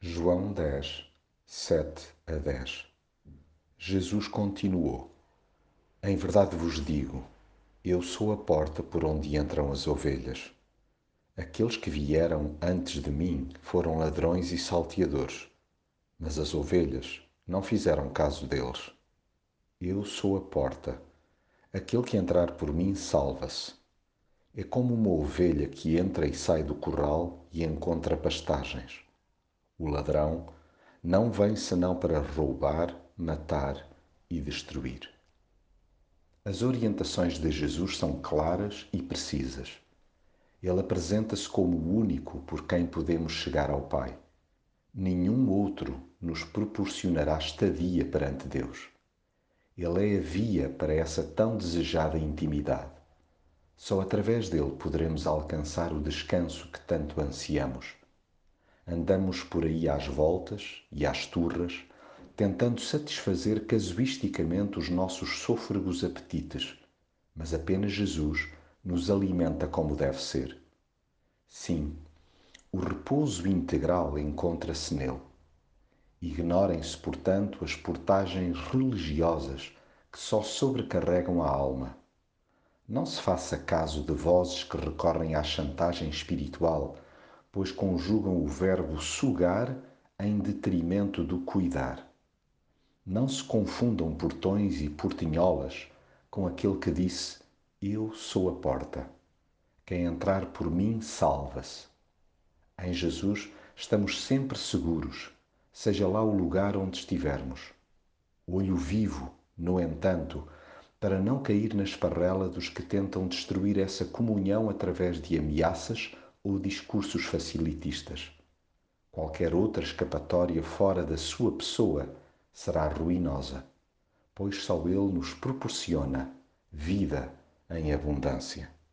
João 10, 7 a 10. Jesus continuou: Em verdade vos digo, eu sou a porta por onde entram as ovelhas. Aqueles que vieram antes de mim foram ladrões e salteadores, mas as ovelhas não fizeram caso deles. Eu sou a porta. Aquele que entrar por mim salva-se. É como uma ovelha que entra e sai do curral e encontra pastagens. O ladrão não vem senão para roubar, matar e destruir. As orientações de Jesus são claras e precisas. Ele apresenta-se como o único por quem podemos chegar ao Pai. Nenhum outro nos proporcionará estadia perante Deus. Ele é a via para essa tão desejada intimidade. Só através dele poderemos alcançar o descanso que tanto ansiamos. Andamos por aí às voltas e às turras, tentando satisfazer casuisticamente os nossos sôfregos apetites, mas apenas Jesus nos alimenta como deve ser. Sim, o repouso integral encontra-se nele. Ignorem-se, portanto, as portagens religiosas que só sobrecarregam a alma. Não se faça caso de vozes que recorrem à chantagem espiritual, pois conjugam o verbo sugar em detrimento do cuidar. Não se confundam portões e portinholas com aquele que disse: Eu sou a porta. Quem entrar por mim salva-se. Em Jesus estamos sempre seguros, seja lá o lugar onde estivermos. Olho vivo, no entanto, para não cair na esparrela dos que tentam destruir essa comunhão através de ameaças ou discursos facilitistas. Qualquer outra escapatória fora da sua pessoa será ruinosa, pois só Ele nos proporciona vida em abundância.